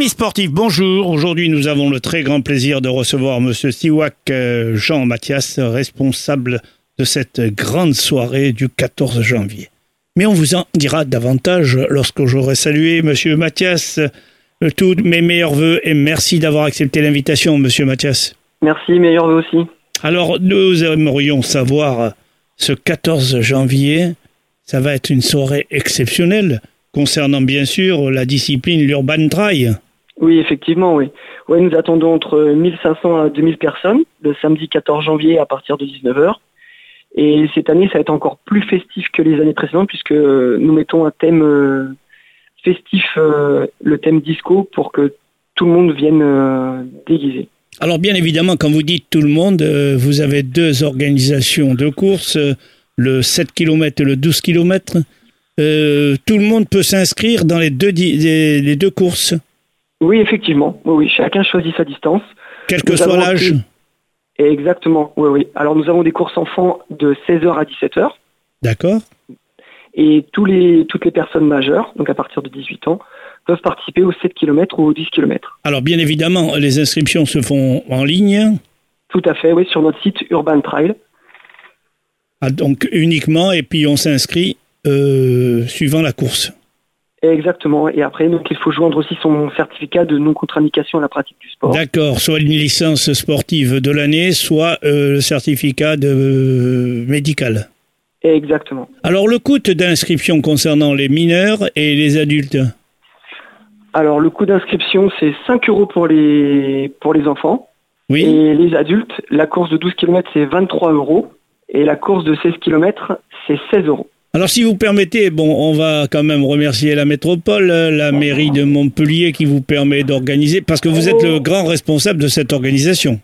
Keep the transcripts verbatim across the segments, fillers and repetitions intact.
Amis sportifs, bonjour. Aujourd'hui, nous avons le très grand plaisir de recevoir Monsieur Stiwak Jean Mathias, responsable de cette grande soirée du quatorze janvier. Mais on vous en dira davantage lorsque j'aurai salué Monsieur Mathias. Tous mes meilleurs vœux et merci d'avoir accepté l'invitation, Monsieur Mathias. Merci, meilleurs vœux aussi. Alors, nous aimerions savoir, ce quatorze janvier, ça va être une soirée exceptionnelle, concernant bien sûr la discipline, l'Urban Trail. Oui, effectivement, oui. Oui, nous attendons entre mille cinq cents à deux mille personnes, le samedi quatorze janvier à partir de dix-neuf heures. Et cette année, ça va être encore plus festif que les années précédentes, puisque nous mettons un thème euh, festif, euh, le thème disco, pour que tout le monde vienne euh, déguisé. Alors bien évidemment, quand vous dites tout le monde, euh, vous avez deux organisations de courses, euh, le sept kilomètres et le douze kilomètres. Euh, tout le monde peut s'inscrire dans les deux, di- les, les deux courses. Oui, effectivement. Oui, oui, chacun choisit sa distance. Quel que Nous soit avons l'âge. aussi- Exactement, oui, oui. Alors nous avons des courses enfants de seize heures à dix-sept heures. D'accord. Et tous les, toutes les personnes majeures, donc à partir de dix-huit ans, peuvent participer aux sept kilomètres ou aux dix kilomètres. Alors bien évidemment, les inscriptions se font en ligne. Tout à fait, oui, sur notre site Urban Trail. Ah, donc uniquement, et puis on s'inscrit euh, suivant la course. Exactement. Et après, donc, il faut joindre aussi son certificat de non-contre-indication à la pratique du sport. D'accord, soit une licence sportive de l'année, soit euh, le certificat de, euh, médical. Exactement. Alors le coût d'inscription concernant les mineurs et les adultes. Alors, le coût d'inscription, c'est cinq euros pour les, pour les enfants. Oui. Et les adultes, la course de douze kilomètres, c'est vingt-trois euros. Et la course de seize kilomètres, c'est seize euros. Alors si vous permettez, bon, on va quand même remercier la métropole, la mairie de Montpellier qui vous permet d'organiser, parce que vous êtes le grand responsable de cette organisation.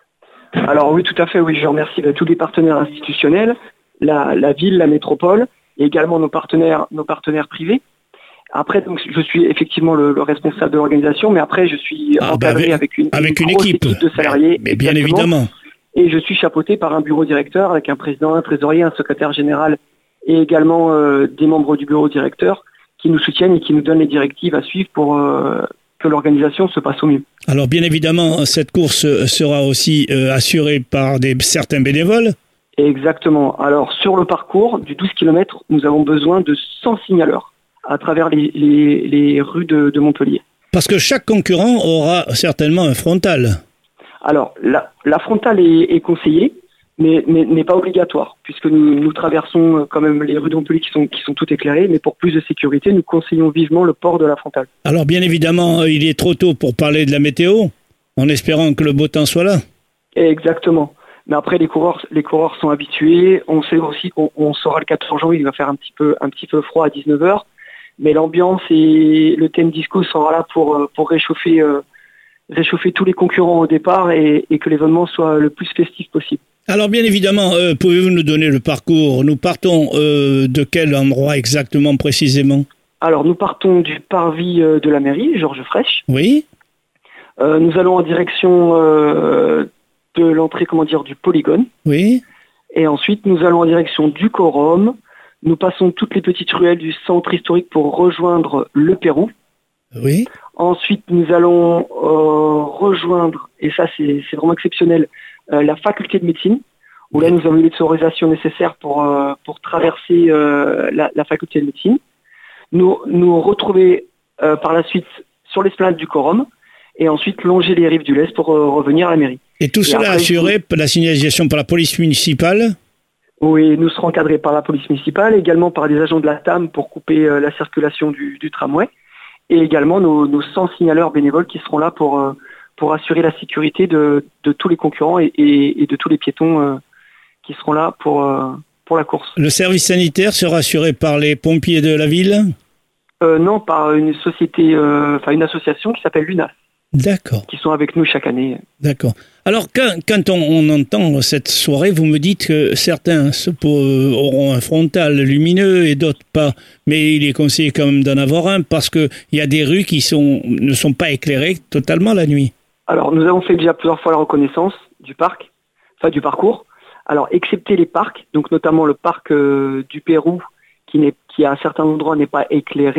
Alors oui, tout à fait, oui, je remercie bah, tous les partenaires institutionnels, la, la ville, la métropole, et également nos partenaires, nos partenaires privés. Après, donc, je suis effectivement le, le responsable de l'organisation, mais après, je suis Ah, encadré bah avec, avec une, avec une, une grosse équipe. équipe de salariés. Mais bien exactement. évidemment. Et je suis chapeauté par un bureau directeur avec un président, un trésorier, un secrétaire général et également euh, des membres du bureau directeur qui nous soutiennent et qui nous donnent les directives à suivre pour euh, que l'organisation se passe au mieux. Alors bien évidemment, cette course sera aussi euh, assurée par des, certains bénévoles. Exactement. Alors sur le parcours du douze kilomètres, nous avons besoin de cent signaleurs à travers les, les, les rues de, de Montpellier. Parce que chaque concurrent aura certainement un frontal. Alors la, la frontale est, est conseillée, mais n'est pas obligatoire, puisque nous, nous traversons quand même les rues de Montpellier qui sont, qui sont toutes éclairées, mais pour plus de sécurité, nous conseillons vivement le port de la frontale. Alors bien évidemment, il est trop tôt pour parler de la météo, en espérant que le beau temps soit là. Exactement. Mais après, les coureurs, les coureurs sont habitués. On sait aussi qu'on on saura le quatorze janvier, il va faire un petit peu, un petit peu froid à dix-neuf heures, mais l'ambiance et le thème disco sera là pour, pour réchauffer, euh, réchauffer tous les concurrents au départ et, et que l'événement soit le plus festif possible. Alors bien évidemment, euh, pouvez-vous nous donner le parcours? Nous partons euh, de quel endroit exactement précisément? Alors nous partons du parvis euh, de la mairie, Georges Frêche. Oui. Euh, nous allons en direction euh, de l'entrée, comment dire, du polygone. Oui. Et ensuite nous allons en direction du quorum. Nous passons toutes les petites ruelles du centre historique pour rejoindre le Pérou. Oui. Ensuite nous allons euh, rejoindre, et ça c'est vraiment exceptionnel, Euh, la faculté de médecine, où là nous avons eu l'autorisation nécessaire pour, euh, pour traverser euh, la, la faculté de médecine. Nous nous retrouver euh, par la suite sur l'esplanade du quorum et ensuite longer les rives du Lez pour euh, revenir à la mairie. Et tout et cela après, assuré par la signalisation par la police municipale? Oui, nous serons encadrés par la police municipale, également par des agents de la T A M pour couper euh, la circulation du, du tramway, et également nos, nos cent signaleurs bénévoles qui seront là pour... Euh, pour assurer la sécurité de, de tous les concurrents et, et, et de tous les piétons euh, qui seront là pour, euh, pour la course. Le service sanitaire sera assuré par les pompiers de la ville? euh, Non, par une société, euh, enfin une association qui s'appelle l'UNAS. D'accord. Qui sont avec nous chaque année. D'accord. Alors, quand, quand on, on entend cette soirée, vous me dites que certains auront un frontal lumineux et d'autres pas. Mais il est conseillé quand même d'en avoir un parce qu'il y a des rues qui sont, ne sont pas éclairées totalement la nuit. Alors, nous avons fait déjà plusieurs fois la reconnaissance du parc, enfin du parcours. Alors, excepté les parcs, donc notamment le parc euh, du Pérou, qui, n'est, qui à certains endroits n'est pas éclairé,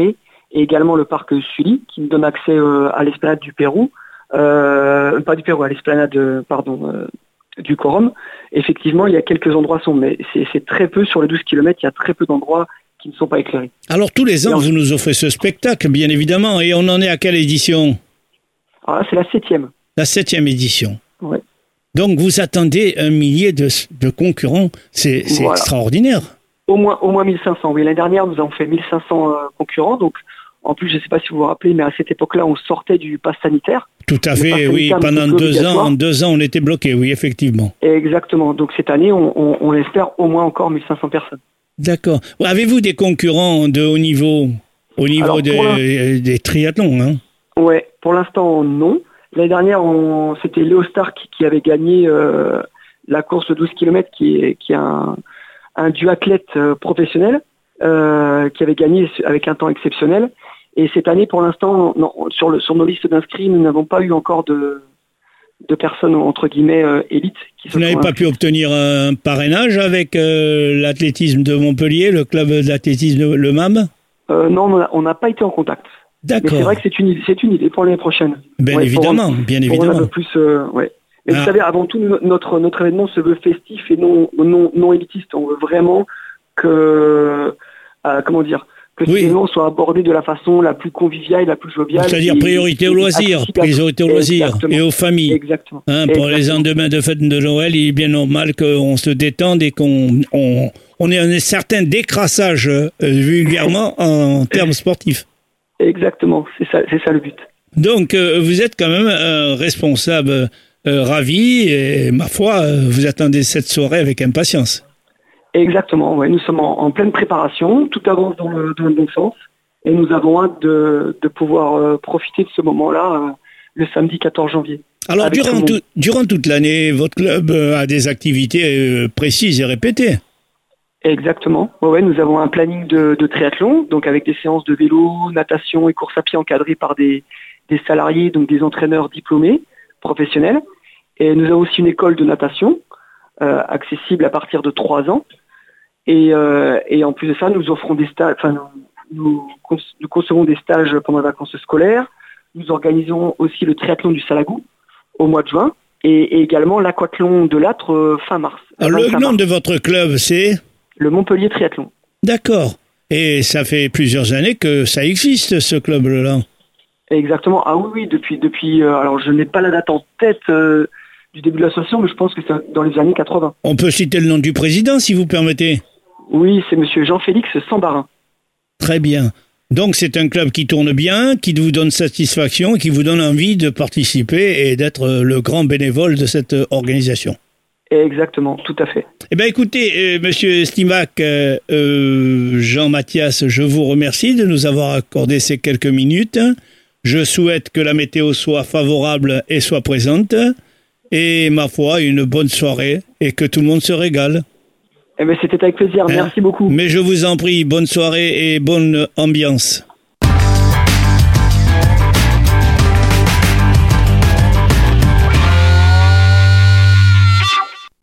et également le parc Sully, qui nous donne accès euh, à l'esplanade du Pérou, euh, pas du Pérou, à l'esplanade, euh, pardon, euh, du Corum. Effectivement, il y a quelques endroits sombres, mais c'est, c'est très peu sur les douze kilomètres, il y a très peu d'endroits qui ne sont pas éclairés. Alors tous les ans, vous nous offrez ce spectacle, bien évidemment, et on en est à quelle édition? Alors là, c'est la septième. La septième édition. Ouais. Donc vous attendez un millier de, de concurrents, c'est, c'est voilà. Extraordinaire. Au moins, au moins mille cinq cents. Oui, l'année dernière, nous avons fait mille cinq cents euh, concurrents. Donc, en plus, je ne sais pas si vous vous rappelez, mais à cette époque-là, on sortait du pass sanitaire. Tout à fait, oui. Pendant deux ans, en deux ans, on était bloqués, oui, effectivement. Exactement. Donc cette année, on, on, on espère au moins encore mille cinq cents personnes. D'accord. Avez-vous des concurrents de haut niveau, au niveau Alors, des, des triathlons, hein? Ouais, pour l'instant, non. L'année dernière, on, c'était Léo Stark qui, qui avait gagné euh, la course de douze kilomètres, qui est, qui est un, un duathlète euh, professionnel, euh, qui avait gagné avec un temps exceptionnel. Et cette année, pour l'instant, non, sur, le, sur nos listes d'inscrits, nous n'avons pas eu encore de, de personnes, entre guillemets, euh, élites. Qui Vous n'avez pas inscrites. Pu obtenir un parrainage avec euh, l'athlétisme de Montpellier, le club d'athlétisme, le M A M euh, Non, on n'a pas été en contact. D'accord. Mais c'est vrai que c'est une, c'est une idée pour l'année prochaine. Bien ouais, évidemment, pour, bien pour évidemment. Un peu plus, euh, ouais. Mais ah. Vous savez, avant tout, notre, notre événement se veut festif et non, non, non élitiste. On veut vraiment que, euh, comment dire, que oui. Ces événements soient abordés de la façon la plus conviviale, la plus joviale. C'est-à-dire priorité aux loisirs, priorité aux loisirs et aux familles. Exactement. Hein, pour Exactement. Les lendemains de fête de Noël, il est bien normal qu'on se détende et qu'on on, on ait un certain décrassage euh, vulgairement en termes sportifs. Exactement, c'est ça, c'est ça le but. Donc, euh, vous êtes quand même un responsable euh, ravi et, ma foi, euh, vous attendez cette soirée avec impatience. Exactement, ouais, nous sommes en, en pleine préparation, tout avance dans le, dans le bon sens et nous avons hâte de, de pouvoir euh, profiter de ce moment-là euh, le samedi quatorze janvier. Alors, durant, tout, durant toute l'année, votre club euh, a des activités euh, précises et répétées. Exactement. Ouais, ouais, nous avons un planning de, de triathlon, donc avec des séances de vélo, natation et course à pied encadrées par des, des salariés, donc des entraîneurs diplômés, professionnels. Et nous avons aussi une école de natation euh, accessible à partir de trois ans. Et, euh, et en plus de ça, nous offrons des stages, enfin, nous, nous, nous concevons des stages pendant les vacances scolaires. Nous organisons aussi le triathlon du Salagou au mois de juin et, et également l'aquathlon de l'Âtre euh, fin mars. Alors, le nom mars. De votre club, c'est le Montpellier Triathlon. D'accord. Et ça fait plusieurs années que ça existe, ce club-là. Exactement. Ah oui, oui, depuis, depuis euh, alors je n'ai pas la date en tête euh, du début de l'association, mais je pense que c'est dans les années quatre-vingts. On peut citer le nom du président, si vous permettez. Oui, c'est monsieur Jean-Félix Sambarin. Très bien. Donc c'est un club qui tourne bien, qui vous donne satisfaction et qui vous donne envie de participer et d'être le grand bénévole de cette organisation. Exactement, tout à fait. Eh bien, écoutez, euh, Monsieur Stimac, euh, euh, Jean-Mathias, je vous remercie de nous avoir accordé ces quelques minutes. Je souhaite que la météo soit favorable et soit présente. Et, ma foi, une bonne soirée et que tout le monde se régale. Eh bien, c'était avec plaisir. Hein? Merci beaucoup. Mais je vous en prie, bonne soirée et bonne ambiance.